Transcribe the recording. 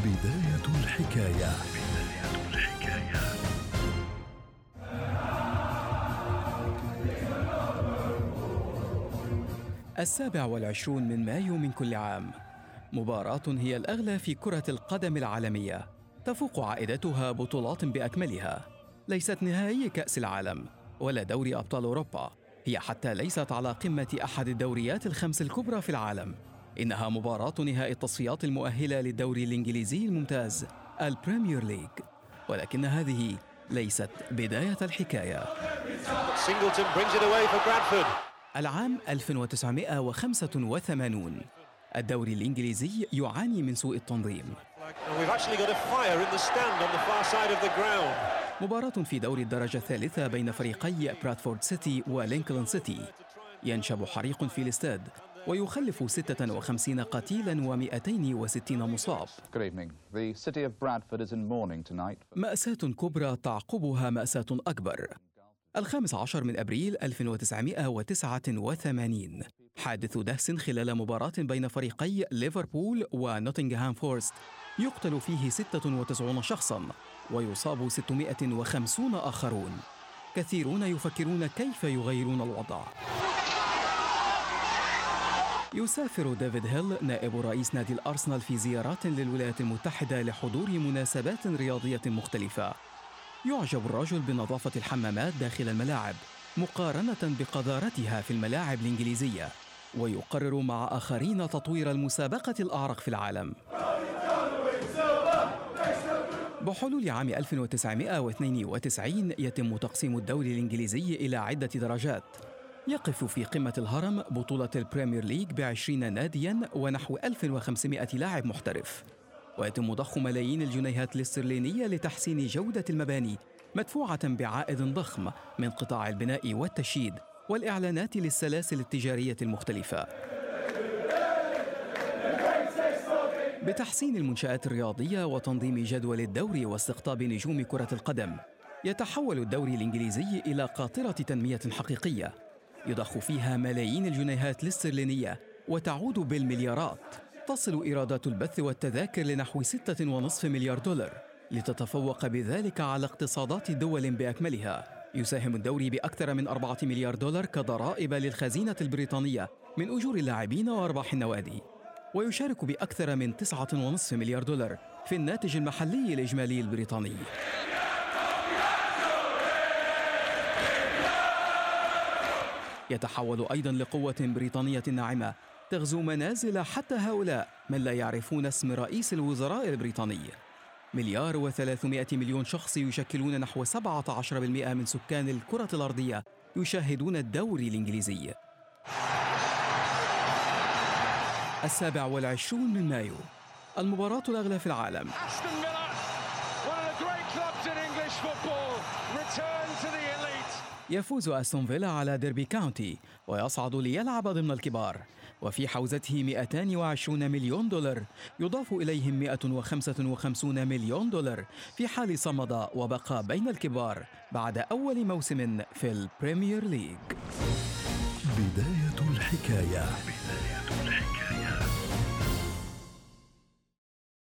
بداية الحكاية. 27 من مايو من كل عام، مباراة هي الأغلى في كرة القدم العالمية، تفوق عائدتها بطولات بأكملها. ليست نهائي كأس العالم ولا دوري أبطال أوروبا، هي حتى ليست على قمة أحد الدوريات الخمس الكبرى في العالم. إنها مباراة نهائي التصفيات المؤهلة للدوري الإنجليزي الممتاز البريمير ليج، ولكن هذه ليست بداية الحكاية. العام 1985، الدوري الإنجليزي يعاني من سوء التنظيم. مباراة في دوري الدرجة الثالثة بين فريقي برادفورد سيتي ولينكولن سيتي. ينشب حريق في الاستاد ويخلف 56 قتيلا و260 مصاب. مأساة كبرى تعقبها مأساة أكبر. 15 من أبريل 1989، حادث دهس خلال مباراة بين فريقي ليفربول ونوتنغهام فورست، يقتل فيه 96 شخصاً ويصاب 650 آخرون. كثيرون يفكرون كيف يغيرون الوضع. يسافر ديفيد هيل نائب رئيس نادي الأرسنال في زيارات للولايات المتحدة لحضور مناسبات رياضية مختلفة. يعجب الرجل بنظافة الحمامات داخل الملاعب مقارنة بقذارتها في الملاعب الإنجليزية، ويقرر مع آخرين تطوير المسابقة الأعرق في العالم. بحلول عام 1992 يتم تقسيم الدوري الإنجليزي إلى عدة درجات. يقف في قمة الهرم بطولة البريمير ليج ب20 نادياً ونحو 1500 لاعب محترف، ويتم ضخ ملايين الجنيهات الاسترلينية لتحسين جودة المباني، مدفوعة بعائد ضخم من قطاع البناء والتشييد والإعلانات للسلاسل التجارية المختلفة. بتحسين المنشآت الرياضية وتنظيم جدول الدوري واستقطاب نجوم كرة القدم، يتحول الدوري الإنجليزي إلى قاطرة تنمية حقيقية، يضخ فيها ملايين الجنيهات الاسترلينية وتعود بالمليارات. تصل إيرادات البث والتذاكر لنحو 6.5 مليار دولار، لتتفوق بذلك على اقتصادات دول بأكملها. يساهم الدوري بأكثر من 4 مليار دولار كضرائب للخزينة البريطانية من أجور اللاعبين وأرباح النوادي، ويشارك بأكثر من 9.5 مليار دولار في الناتج المحلي الإجمالي البريطاني. يتحول أيضاً لقوة بريطانية ناعمة تغزو منازل حتى هؤلاء من لا يعرفون اسم رئيس الوزراء البريطاني. 1,300,000,000 شخص يشكلون نحو 17% من سكان الكرة الأرضية يشاهدون الدوري الإنجليزي. 27 من مايو، المباراة الأغلى في العالم. يفوز أستون فيلا على ديربي كاونتي ويصعد ليلعب ضمن الكبار، وفي حوزته 220 مليون دولار، يضاف إليهم 155 مليون دولار في حال صمد وبقى بين الكبار بعد أول موسم في البريمير ليج. بداية الحكاية.